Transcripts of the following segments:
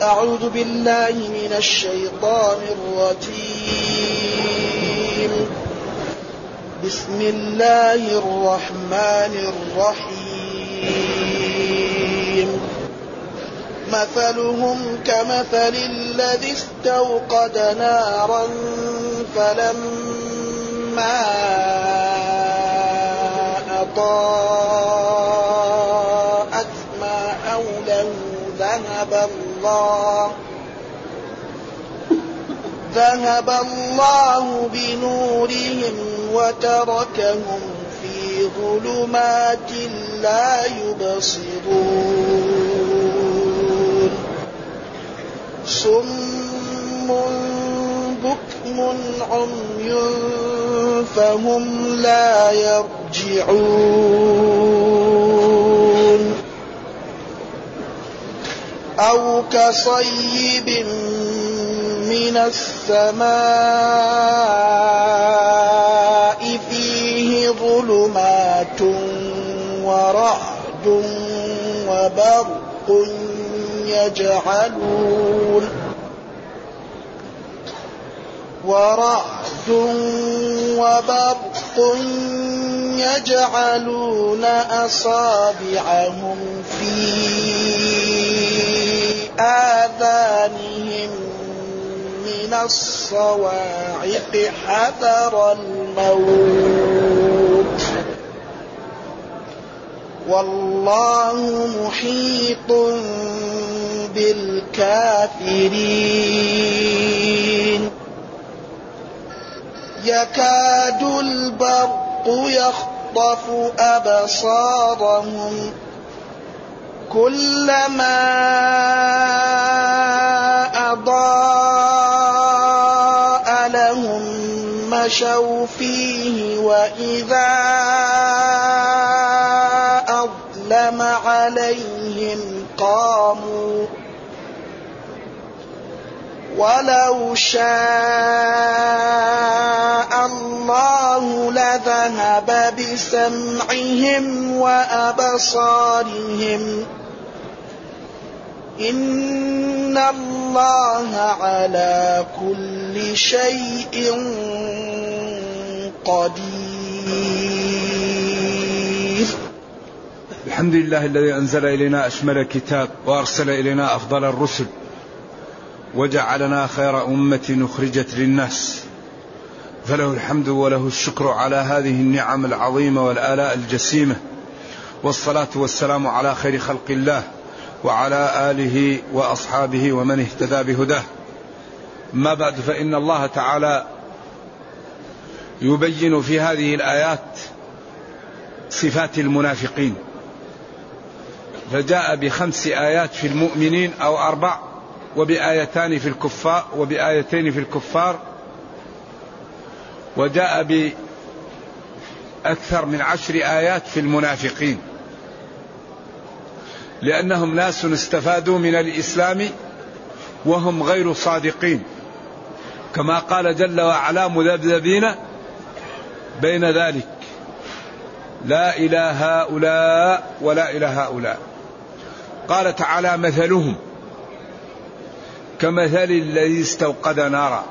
أعوذ بالله من الشيطان الرجيم. بسم الله الرحمن الرحيم. مثلهم كمثل الذي استوقد نارا فلما أضاءت ما حوله ذهب الله بنورهم وتركهم في ظلمات لا يبصرون. صم بكم عمي فهم لا يرجعون. أو كصيب من السماء فيه ظلمات ورعد وبرق يجعلون أصابعهم في آذانهم من الصواعق حذر الموت والله محيط بالكافرين. يكاد البرق يخطف أبصارهم كلما أضاء لهم مشوا فيه وإذا أظلم عليهم قاموا ولو شاء الله لذهب بسمعهم وأبصارهم إن الله على كل شيء قدير. الحمد لله الذي أنزل إلينا أشمل كتاب وأرسل إلينا أفضل الرسل وجعلنا خير أمة أخرجت للناس، فله الحمد وله الشكر على هذه النعم العظيمة والآلاء الجسيمة، والصلاة والسلام على خير خلق الله وعلى آله وأصحابه ومن اهتدى بهداه. ما بعد، فإن الله تعالى يبين في هذه الآيات صفات المنافقين، فجاء ب5 آيات في المؤمنين أو 4، وبآيتين في الكفار وبآيتين في الكفار، وجاء بأكثر من 10 آيات في المنافقين، لأنهم ناس استفادوا من الإسلام وهم غير صادقين، كما قال جل وعلا مذبذبين بين ذلك لا إله هؤلاء ولا إله هؤلاء. قال تعالى مثلهم كمثل الذي استوقد نارا.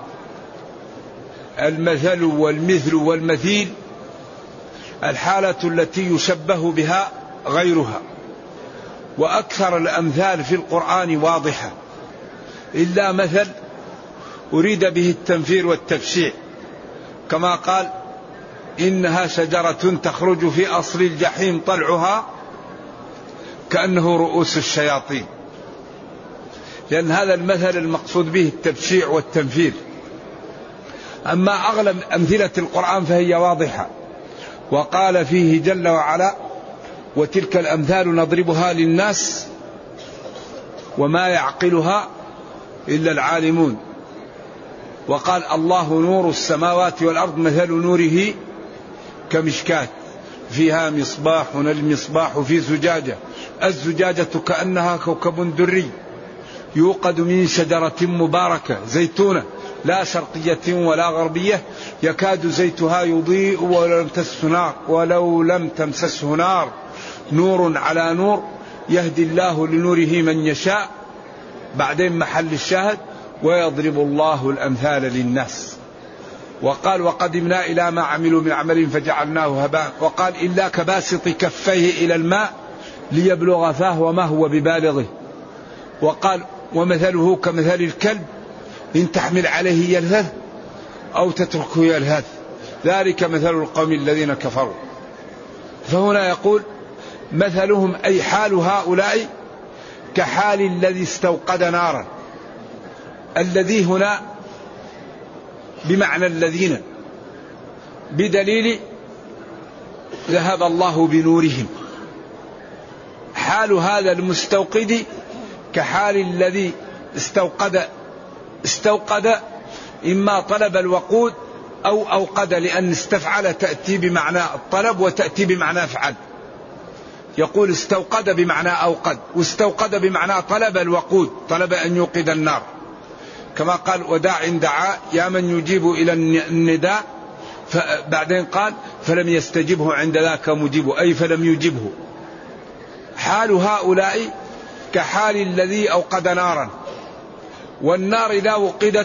المثل والمثل والمثيل الحالة التي يشبه بها غيرها، وأكثر الأمثال في القرآن واضحة، إلا مثل أريد به التنفير والتبشيع، كما قال إنها شجرة تخرج في أصل الجحيم طلعها كأنه رؤوس الشياطين، لأن هذا المثل المقصود به التبشيع والتنفير. أما أغلب أمثلة القرآن فهي واضحة، وقال فيه جل وعلا وتلك الأمثال نضربها للناس وما يعقلها إلا العالمون. وقال الله نور السماوات والأرض مثل نوره كمشكاة فيها مصباح، المصباح في زجاجة، الزجاجة كأنها كوكب دري يوقد من شجرة مباركة زيتونة لا شرقية ولا غربية يكاد زيتها يضيء ولو لم تمسسه نار نور على نور يهدي الله لنوره من يشاء بعدين محل الشاهد ويضرب الله الأمثال للناس. وقال وقدمنا إلى ما عملوا من عمل فجعلناه هباء. وقال إلا كباسط كفيه إلى الماء ليبلغ فاه وما هو ببالغه. وقال ومثله كمثل الكلب إن تحمل عليه يلهث أو تتركه يلهث ذلك مثل القوم الذين كفروا. فهنا يقول مثلهم أي حال هؤلاء كحال الذي استوقد نارا. الذي هنا بمعنى الذين بدليل ذهب الله بنورهم. حال هذا المستوقد كحال الذي استوقد إما طلب الوقود أو أوقد، لأن استفعل تأتي بمعنى الطلب وتأتي بمعنى افعل. يقول استوقد بمعنى أوقد، واستوقد بمعنى طلب الوقود، طلب أن يوقد النار، كما قال وداع دعا يا من يجيب إلى النداء. بعدين قال فلم يستجبه عند ذاك مجيب، أي فلم يجبه. حال هؤلاء كحال الذي أوقد نارا، والنار إذا وقدت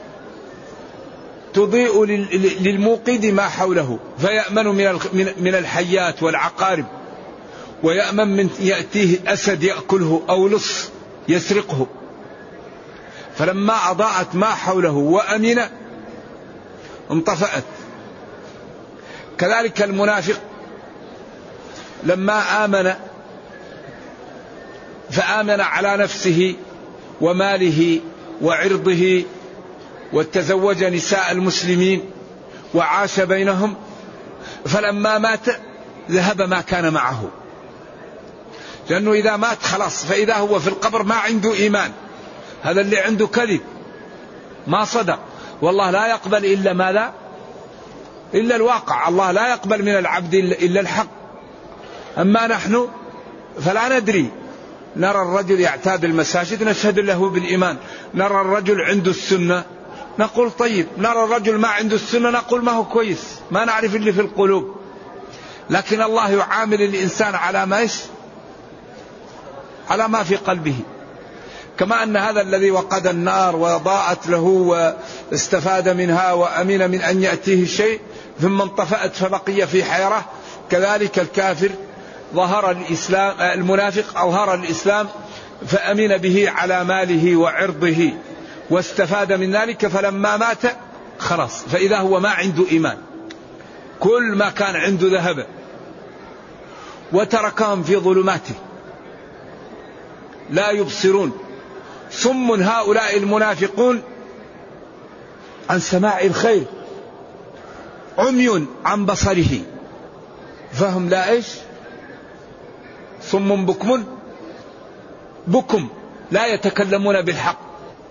تضيء للموقد ما حوله، فيأمن من الحيات والعقارب، ويأمن من يأتيه أسد يأكله أو لص يسرقه. فلما أضاءت ما حوله وأمن انطفأت. كذلك المنافق لما آمن فآمن على نفسه وماله وعرضه، وتزوج نساء المسلمين وعاش بينهم، فلما مات ذهب ما كان معه، لأنه إذا مات خلاص، فإذا هو في القبر ما عنده إيمان، هذا اللي عنده كذب ما صدق. والله لا يقبل إلا ماذا؟ إلا الواقع. الله لا يقبل من العبد إلا الحق. أما نحن فلا ندري، نرى الرجل يعتاد المساجد نشهد له بالإيمان، نرى الرجل عنده السنة نقول طيب، نرى الرجل ما عنده السنة نقول ما هو كويس، ما نعرف اللي في القلوب. لكن الله يعامل الإنسان على ما على ما في قلبه. كما أن هذا الذي وقد النار وضاءت له واستفاد منها وأمن من أن يأتيه شيء ثم انطفأت فبقي في حيرة، كذلك الكافر ظهر الإسلام، المنافق أظهر الإسلام فأمن به على ماله وعرضه واستفاد من ذلك، فلما مات خلاص، فإذا هو ما عنده إيمان، كل ما كان عنده ذهب. وتركهم في ظلماته لا يبصرون، صم هؤلاء المنافقون عن سماع الخير، عمي عن بصره، فهم لا إيش؟ صم بكم لا يتكلمون بالحق،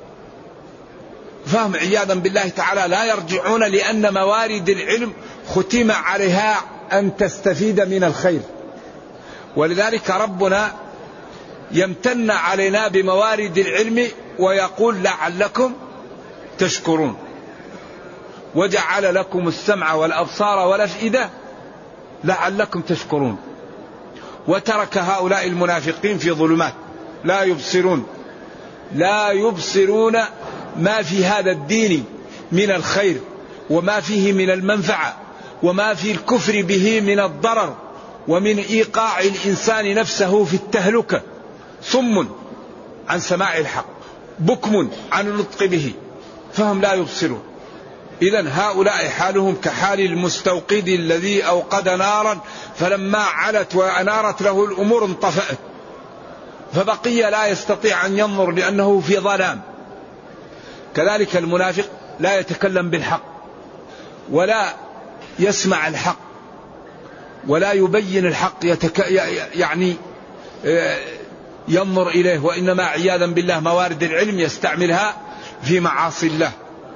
فهم عياذا بالله تعالى لا يرجعون، لأن موارد العلم ختم عليها أن تستفيد من الخير. ولذلك ربنا يمتن علينا بموارد العلم ويقول لعلكم تشكرون، وجعل لكم السمع والأبصار والأفئدة لعلكم تشكرون. وترك هؤلاء المنافقين في ظلمات لا يبصرون ما في هذا الدين من الخير، وما فيه من المنفعة، وما في الكفر به من الضرر، ومن إيقاع الإنسان نفسه في التهلكة. صم عن سماع الحق، بكم عن النطق به، فهم لا يبصرون. إذن هؤلاء حالهم كحال المستوقد الذي أوقد نارا فلما علت وأنارت له الأمور انطفأت، فبقي لا يستطيع أن ينظر لأنه في ظلام. كذلك المنافق لا يتكلم بالحق ولا يسمع الحق ولا يبين الحق، يعني ينظر إليه، وإنما عياذا بالله موارد العلم يستعملها في معاصي الله.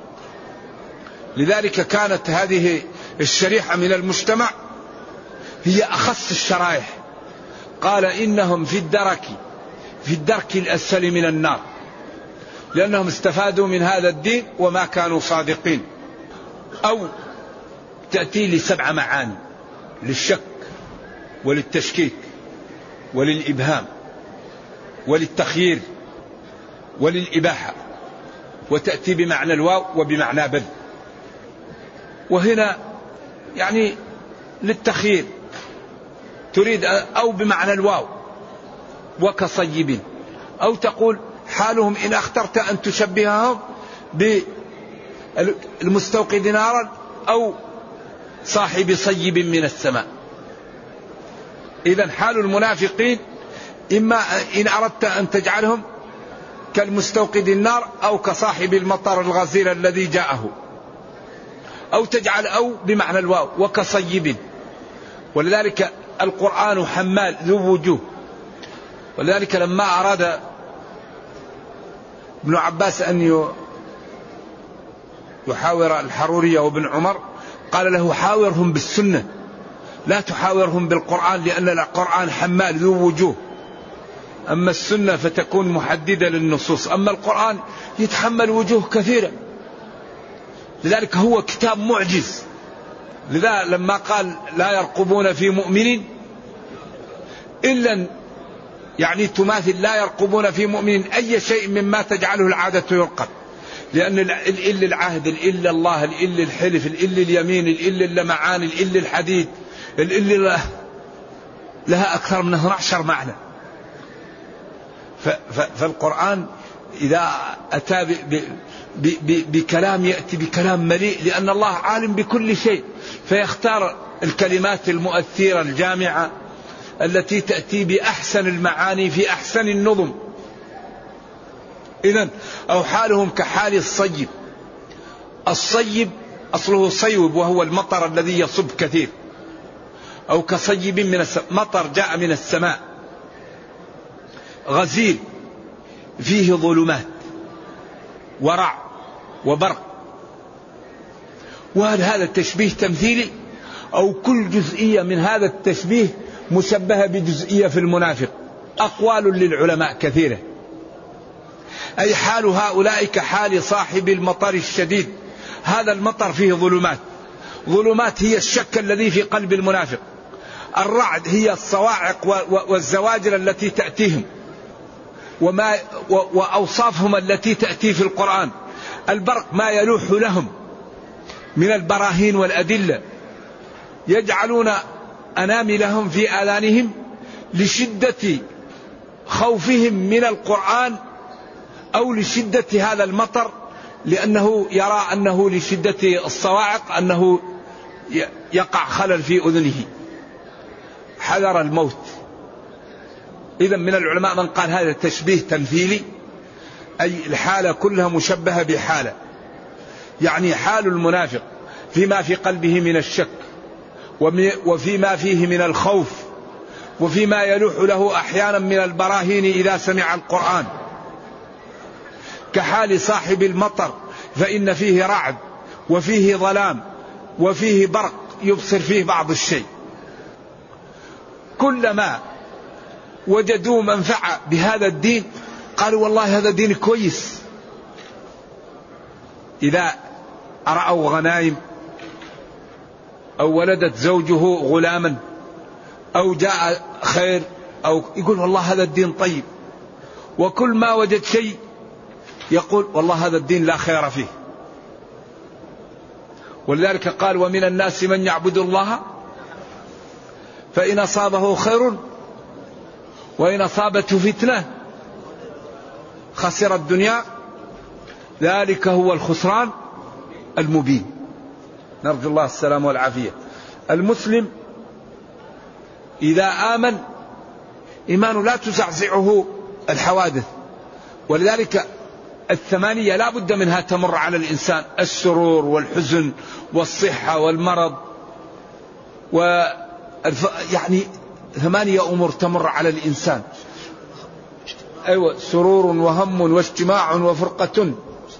لذلك كانت هذه الشريحة من المجتمع هي أخص الشرائح. قال إنهم في الدرك الأسفل من النار، لأنهم استفادوا من هذا الدين وما كانوا صادقين. أو تأتي ل7 معاني: للشك وللتشكيك وللإبهام وللتخيير. وللإباحة، وتأتي بمعنى الواو وبمعنى بل، وهنا يعني للتخيير تريد أو بمعنى الواو وكصيب، أو تقول حالهم إن اخترت أن تشبههم بالمستوقد نارا أو صاحب صيب من السماء. إذن حال المنافقين إما إن أردت أن تجعلهم كالمستوقد النار أو كصاحب المطر الغزير الذي جاءه، أو تجعل أو بمعنى الواو وكصيب. ولذلك القرآن حمال ذو وجوه، ولذلك لما أراد ابن عباس أن يحاور الحرورية وابن عمر قال له حاورهم بالسنة لا تحاورهم بالقرآن، لأن القرآن حمال ذو وجوه، أما السنة فتكون محددة للنصوص، أما القرآن يتحمل وجوه كثيرة، لذلك هو كتاب معجز. لذا لما قال لا يرقبون في مؤمن إلا يعني تماثل لا يرقبون في مؤمن أي شيء مما تجعله العادة يرقب، لأن الإل العهد، الإل الله، الإل الحلف، الإل اليمين، الإل اللمعان، الإل الحديد، الإل لها أكثر من 12 معنى. فالقرآن إذا أتى بكلام يأتي بكلام مليء، لأن الله عالم بكل شيء، فيختار الكلمات المؤثرة الجامعة التي تأتي بأحسن المعاني في أحسن النظم. إذن أو حالهم كحال الصيب. الصيب أصله صيب وهو المطر الذي يصب كثير، أو كصيب من السماء، مطر جاء من السماء غزير فيه ظلمات ورع وبرق. وهل هذا التشبيه تمثيلي أو كل جزئية من هذا التشبيه مشبهة بجزئية في المنافق؟ أقوال للعلماء كثيرة. أي حال هؤلاء كحال صاحب المطر الشديد، هذا المطر فيه ظلمات، ظلمات هي الشك الذي في قلب المنافق، الرعد هي الصواعق والزواجر التي تأتيهم وأوصافهم التي تأتي في القرآن، البرق ما يلوح لهم من البراهين والأدلة، يجعلون أناملهم في آذانهم لشدة خوفهم من القرآن أو لشدة هذا المطر، لأنه يرى أنه لشدة الصواعق أنه يقع خلل في أذنه، حذر الموت. إذن من العلماء من قال هذا تشبيه تمثيلي، أي الحالة كلها مشبهة بحالة، يعني حال المنافق فيما في قلبه من الشك وفيما فيه من الخوف وفيما يلوح له أحيانا من البراهين إذا سمع القرآن، كحال صاحب المطر، فإن فيه رعد وفيه ظلام وفيه برق يبصر فيه بعض الشيء. كلما وجدوا منفعة بهذا الدين قالوا والله هذا دين كويس. إذا رأوا غنائم أو ولدت زوجه غلاما أو جاء خير أو يقول والله هذا الدين طيب، وكل ما وجد شيء يقول والله هذا الدين لا خير فيه. ولذلك قال ومن الناس من يعبد الله فإن أصابه خير وإن أصابته فتنة خسر الدنيا ذلك هو الخسران المبين. نرجو الله السلام والعافية. المسلم إذا آمن إيمانه لا تزعزعه الحوادث، ولذلك الثمانية لا بد منها تمر على الإنسان، السرور والحزن والصحة والمرض يعني 8 أمور تمر على الإنسان. أيوة، سرور وهم واجتماع وفرقة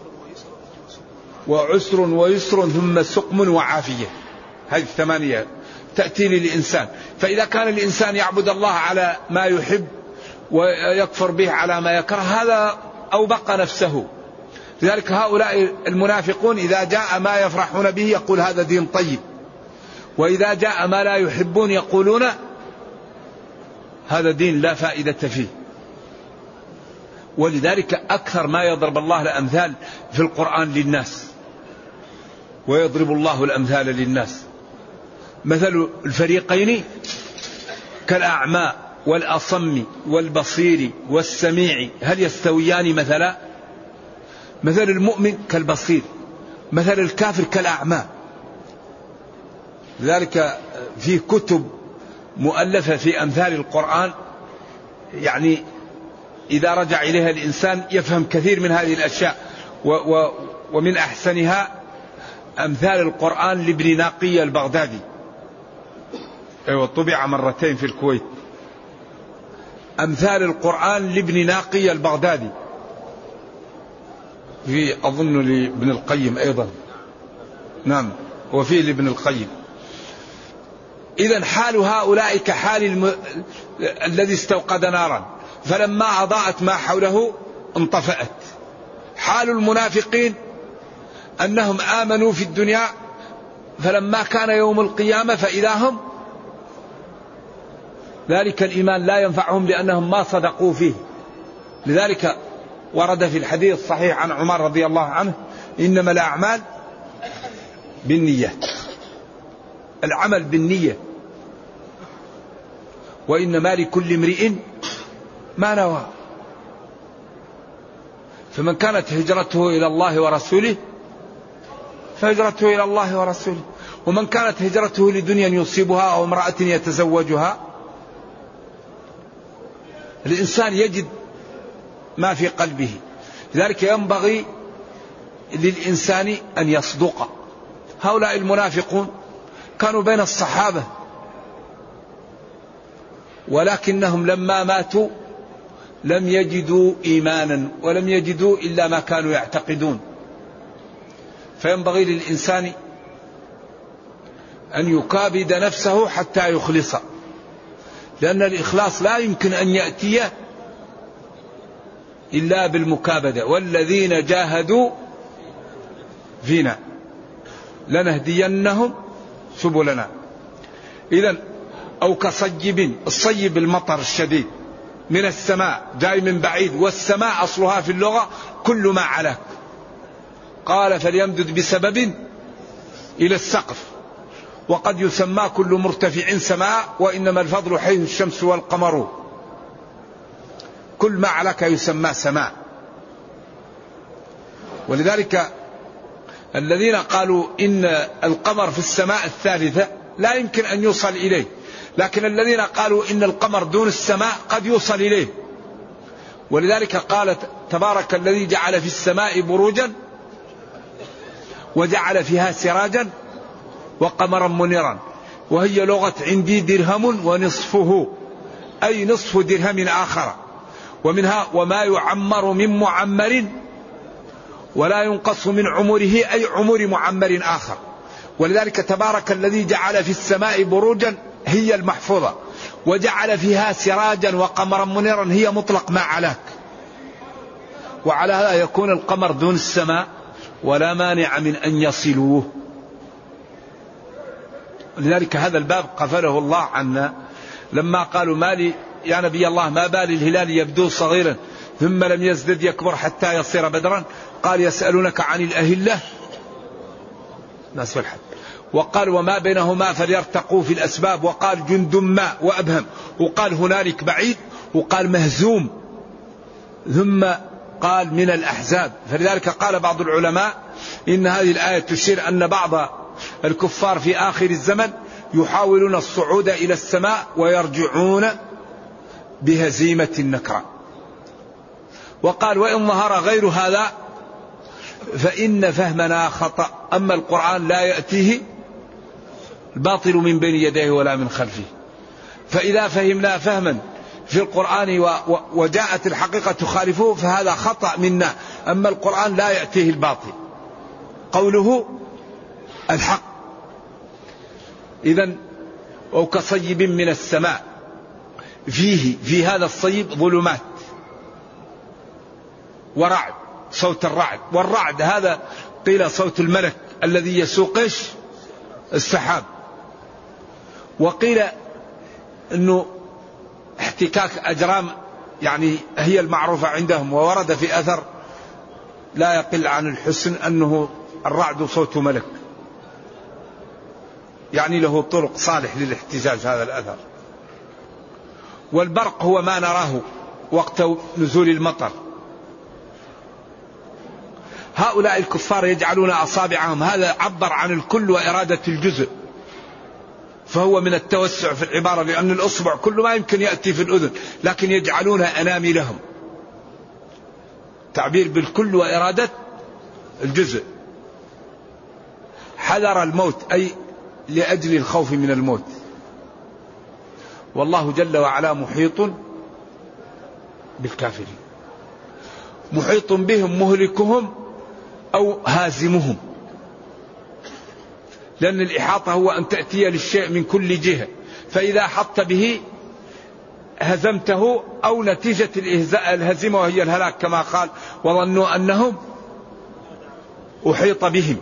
وعسر ويسر ثم سقم وعافية، هذه 8 تأتي للإنسان. فإذا كان الإنسان يعبد الله على ما يحب ويكفر به على ما يكره، هذا أوبق نفسه. لذلك هؤلاء المنافقون إذا جاء ما يفرحون به يقول هذا دين طيب، وإذا جاء ما لا يحبون يقولون هذا دين لا فائدة فيه. ولذلك أكثر ما يضرب الله الأمثال في القرآن للناس، ويضرب الله الأمثال للناس. مثل الفريقين كالأعمى والأصم والبصير والسميع هل يستويان مثلا؟ مثل المؤمن كالبصير، مثل الكافر كالأعمى. لذلك في كتب مؤلفة في أمثال القرآن، يعني إذا رجع إليها الإنسان يفهم كثير من هذه الأشياء. ومن أحسنها أمثال القرآن لابن ناقية البغدادي، طبع مرتين في الكويت. أمثال القرآن لابن ناقية البغدادي، في أظن لابن القيم أيضا، نعم وفيه لابن القيم. إذن حال هؤلاء كحال الذي استوقد نارا فلما أضاءت ما حوله انطفأت. حال المنافقين أنهم آمنوا في الدنيا فلما كان يوم القيامة فإذا هم ذلك الإيمان لا ينفعهم لأنهم ما صدقوا فيه. لذلك ورد في الحديث الصحيح عن عمر رضي الله عنه: إنما الأعمال بالنية، العمل بالنية، وإنما لكل امرئ ما نوى. فمن كانت هجرته إلى الله ورسوله فهجرته إلى الله ورسوله، ومن كانت هجرته لدنيا يصيبها أو امرأة يتزوجها. الإنسان يجد ما في قلبه، لذلك ينبغي للإنسان أن يصدق. هؤلاء المنافقون كانوا بين الصحابة، ولكنهم لما ماتوا لم يجدوا إيمانا ولم يجدوا إلا ما كانوا يعتقدون. فينبغي للإنسان أن يكابد نفسه حتى يخلص، لأن الإخلاص لا يمكن أن يأتي إلا بالمكابدة. والذين جاهدوا فينا لنهدينهم سبلنا. إذن أو كصيب، الصيب المطر الشديد من السماء جاي من بعيد، والسماء أصلها في اللغة كل ما علاك. قال فليمدد بسبب إلى السقف. وقد يسمى كل مرتفع سماء، وإنما الفضل حيث الشمس والقمر. كل ما علاك يسمى سماء. ولذلك الذين قالوا إن القمر في السماء الثالثة لا يمكن أن يوصل إليه، لكن الذين قالوا إن القمر دون السماء قد يوصل إليه. ولذلك قال تبارك الذي جعل في السماء بروجا وجعل فيها سراجا وقمرا منيرا، وهي لغة عندي درهم ونصفه، أي نصف درهم آخر. ومنها وما يعمر من معمر ولا ينقص من عمره، أي عمر معمر آخر. ولذلك تبارك الذي جعل في السماء بروجا هي المحفوظة، وجعل فيها سراجا وقمرا منيرا هي مطلق ما علاك. وعلى هذا يكون القمر دون السماء ولا مانع من أن يصلوه. لذلك هذا الباب قفله الله عنا لما قالوا ما لي يا نبي الله ما بال الهلال يبدو صغيرا ثم لم يزدد يكبر حتى يصير بدرا. قال يسألونك عن الأهلة ناس الحد، وقال وما بينهما فليرتقوا في الأسباب، وقال جند ما وأبهم، وقال هنالك بعيد، وقال مهزوم، ثم قال من الأحزاب. فلذلك قال بعض العلماء إن هذه الآية تشير أن بعض الكفار في آخر الزمن يحاولون الصعود إلى السماء ويرجعون بهزيمة النكرة. وقال وإن ظهر غير هذا فإن فهمنا خطأ، أما القرآن لا يأتيه الباطل من بين يديه ولا من خلفه. فإذا فهمنا فهما في القرآن وجاءت الحقيقة تخالفه فهذا خطأ منا، أما القرآن لا يأتيه الباطل، قوله الحق. إذن أو كصيب من السماء فيه في هذا الصيب ظلمات ورعد، صوت الرعد، والرعد هذا قيل صوت الملك الذي يسوق السحاب، وقيل أنه احتكاك أجرام يعني هي المعروفة عندهم. وورد في أثر لا يقل عن الحسن أنه الرعد صوت ملك، يعني له طرق صالح للاحتجاج هذا الأثر. والبرق هو ما نراه وقت نزول المطر. هؤلاء الكفار يجعلون أصابعهم، هذا عبر عن الكل وإرادة الجزء، فهو من التوسع في العبارة، لأن الأصبع كل ما يمكن يأتي في الأذن، لكن يجعلون أناملهم، تعبير بالكل وإرادة الجزء. حذر الموت أي لأجل الخوف من الموت. والله جل وعلا محيط بالكافرين، محيط بهم مهلكهم أو هازمهم، لأن الإحاطة هو أن تأتي للشيء من كل جهة، فإذا حط به هزمته، أو نتيجة الهزيمة وهي الهلاك كما قال وظنوا أنهم أحيط بهم.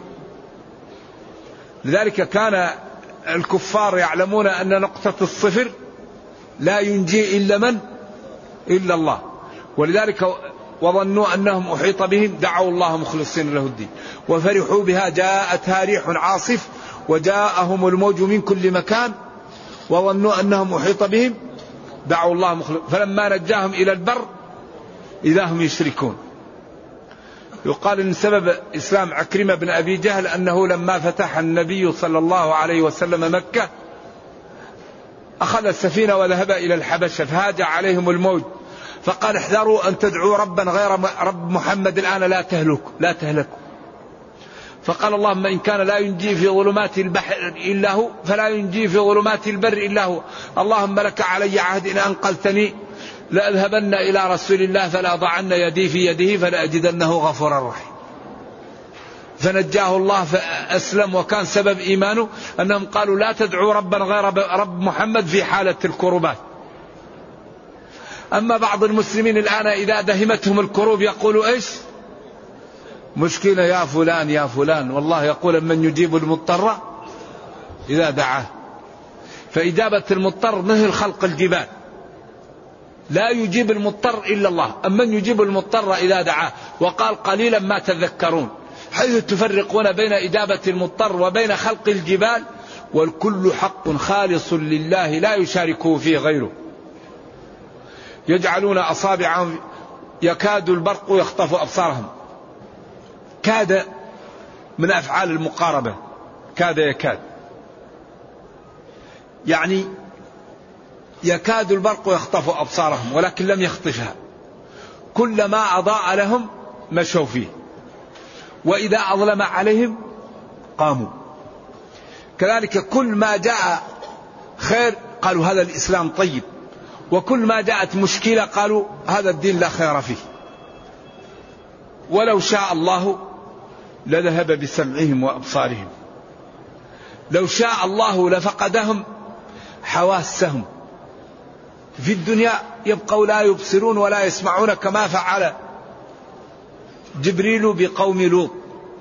لذلك كان الكفار يعلمون أن نقطة الصفر لا ينجي إلا الله، ولذلك وظنوا أنهم أحيط بهم دعوا الله مخلصين له الدين وفرحوا بها جاءتها ريح عاصف وجاءهم الموج من كل مكان وظنوا أنهم أحيط بهم دعوا الله مخلصين فلما نجاهم إلى البر إذا هم يشركون. يقال إن سبب إسلام عكرمة بن أبي جهل أنه لما فتح النبي صلى الله عليه وسلم مكة أخذ السفينة وذهب إلى الحبشة، فهاج عليهم الموج فقال احذروا أن تدعوا ربا غير رب محمد الآن لا تهلكوا. فقال اللهم إن كان لا ينجي في ظلمات البحر إلا هو فلا ينجي في ظلمات البر إلا هو، اللهم لك علي عهد إن أنقذتني لأذهبن إلى رسول الله فلا ضعن يدي في يده فلأجدنه غفورا رحيما. فنجاه الله فأسلم، وكان سبب إيمانه أنهم قالوا لا تدعوا ربا غير رب محمد في حالة الكروبات. أما بعض المسلمين الآن إذا دهمتهم الكروب يقولوا إيش؟ مشكلة يا فلان يا فلان، والله يقول من يجيب المضطر إذا دعاه. فإجابة المضطر مثل خلق الجبال، لا يجيب المضطر إلا الله، أمن يجيب المضطر إذا دعاه. وقال قليلا ما تذكرون، حيث تفرقون بين إجابة المضطر وبين خلق الجبال، والكل حق خالص لله لا يشاركه فيه غيره. يجعلون أصابعهم يكاد البرق يخطف أبصارهم. كاد من أفعال المقاربة، كاد يكاد، يعني يكاد البرق يخطف أبصارهم ولكن لم يخطفها، كلما أضاء لهم مشوا فيه وإذا أظلم عليهم قاموا. كذلك كل ما جاء خير قالوا هذا الإسلام طيب، وكل ما جاءت مشكلة قالوا هذا الدين لا خير فيه. ولو شاء الله لذهب بسمعهم وأبصارهم، لو شاء الله لفقدهم حواسهم في الدنيا، يبقوا لا يبصرون ولا يسمعون، كما فعل جبريل بقوم لوط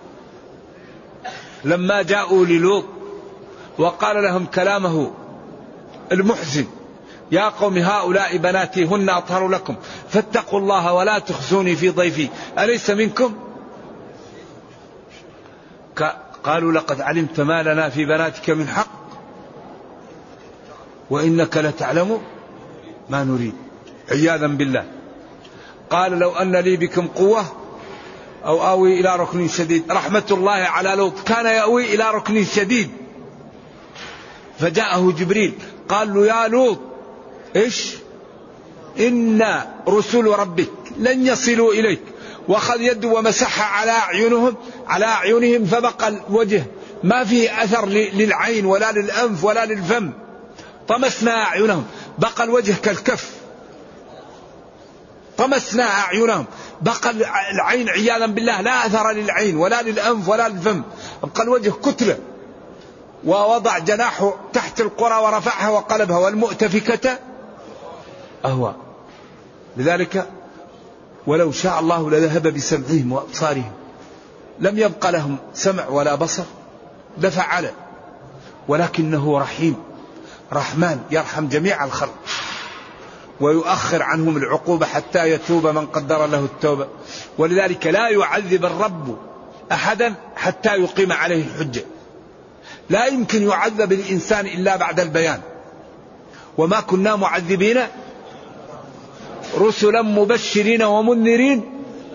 لما جاءوا للوط وقال لهم كلامه المحزن: يا قوم هؤلاء بناتي هن أطهر لكم فاتقوا الله ولا تخزوني في ضيفي أليس منكم؟ قالوا لقد علمت ما لنا في بناتك من حق وإنك لتعلم ما نريد، عياذا بالله. قال لو أن لي بكم قوة أو آوي إلى ركن شديد. رحمة الله على لوط، كان يأوي إلى ركن شديد، فجاءه جبريل قال له: يا لوط إيش؟ إن رسل ربك لن يصلوا إليك. وأخذ يده ومسحها على أعينهم فبقى الوجه ما فيه أثر للعين ولا للأنف ولا للفم، طمسنا أعينهم بقى الوجه كالكف، طمسنا أعينهم بقى العين عياذا بالله لا أثر للعين ولا للأنف ولا للفم، بقى الوجه كتلة. ووضع جناحه تحت القرى ورفعها وقلبها والمؤتفكة أهوى. لذلك ولو شاء الله لذهب بسمعهم وأبصارهم، لم يبق لهم سمع ولا بصر لفعل، ولكنه رحيم رحمن يرحم جميع الخلق. ويؤخر عنهم العقوبة حتى يتوب من قدر له التوبة. ولذلك لا يعذب الرب أحدا حتى يقيم عليه الحجة. لا يمكن يعذب الإنسان إلا بعد البيان. وما كنا معذبين رسلا مبشرين ومنذرين.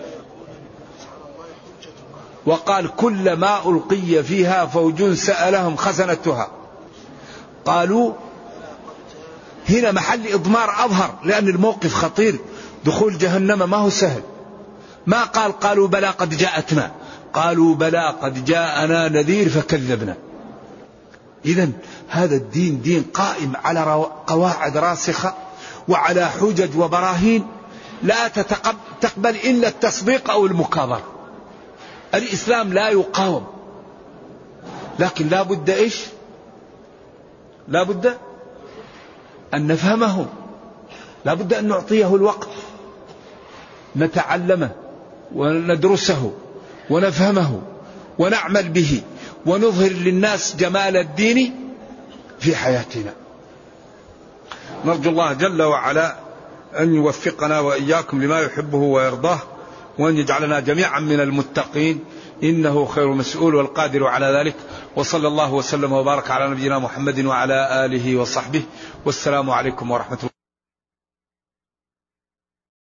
وقال كلما ألقي فيها فوج سألهم خزنتها قالوا. هنا محل إضمار أظهر لأن الموقف خطير. دخول جهنم ما هو سهل. ما قالوا بلى قد جاءتنا، قالوا بلى قد جاءنا نذير فكذبنا. إذن هذا الدين دين قائم على قواعد راسخة وعلى حجج وبراهين لا تقبل إلا التصديق أو المكابرة. الإسلام لا يقاوم، لكن لا بد إيش؟ لا بد أن نفهمه، لا بد أن نعطيه الوقت، نتعلمه وندرسه ونفهمه ونعمل به ونظهر للناس جمال الدين في حياتنا. نرجو الله جل وعلا أن يوفقنا وإياكم لما يحبه ويرضاه، وأن يجعلنا جميعا من المتقين، إنه خير مسؤول والقادر على ذلك. وصلى الله وسلم وبارك على نبينا محمد وعلى آله وصحبه، والسلام عليكم ورحمة الله.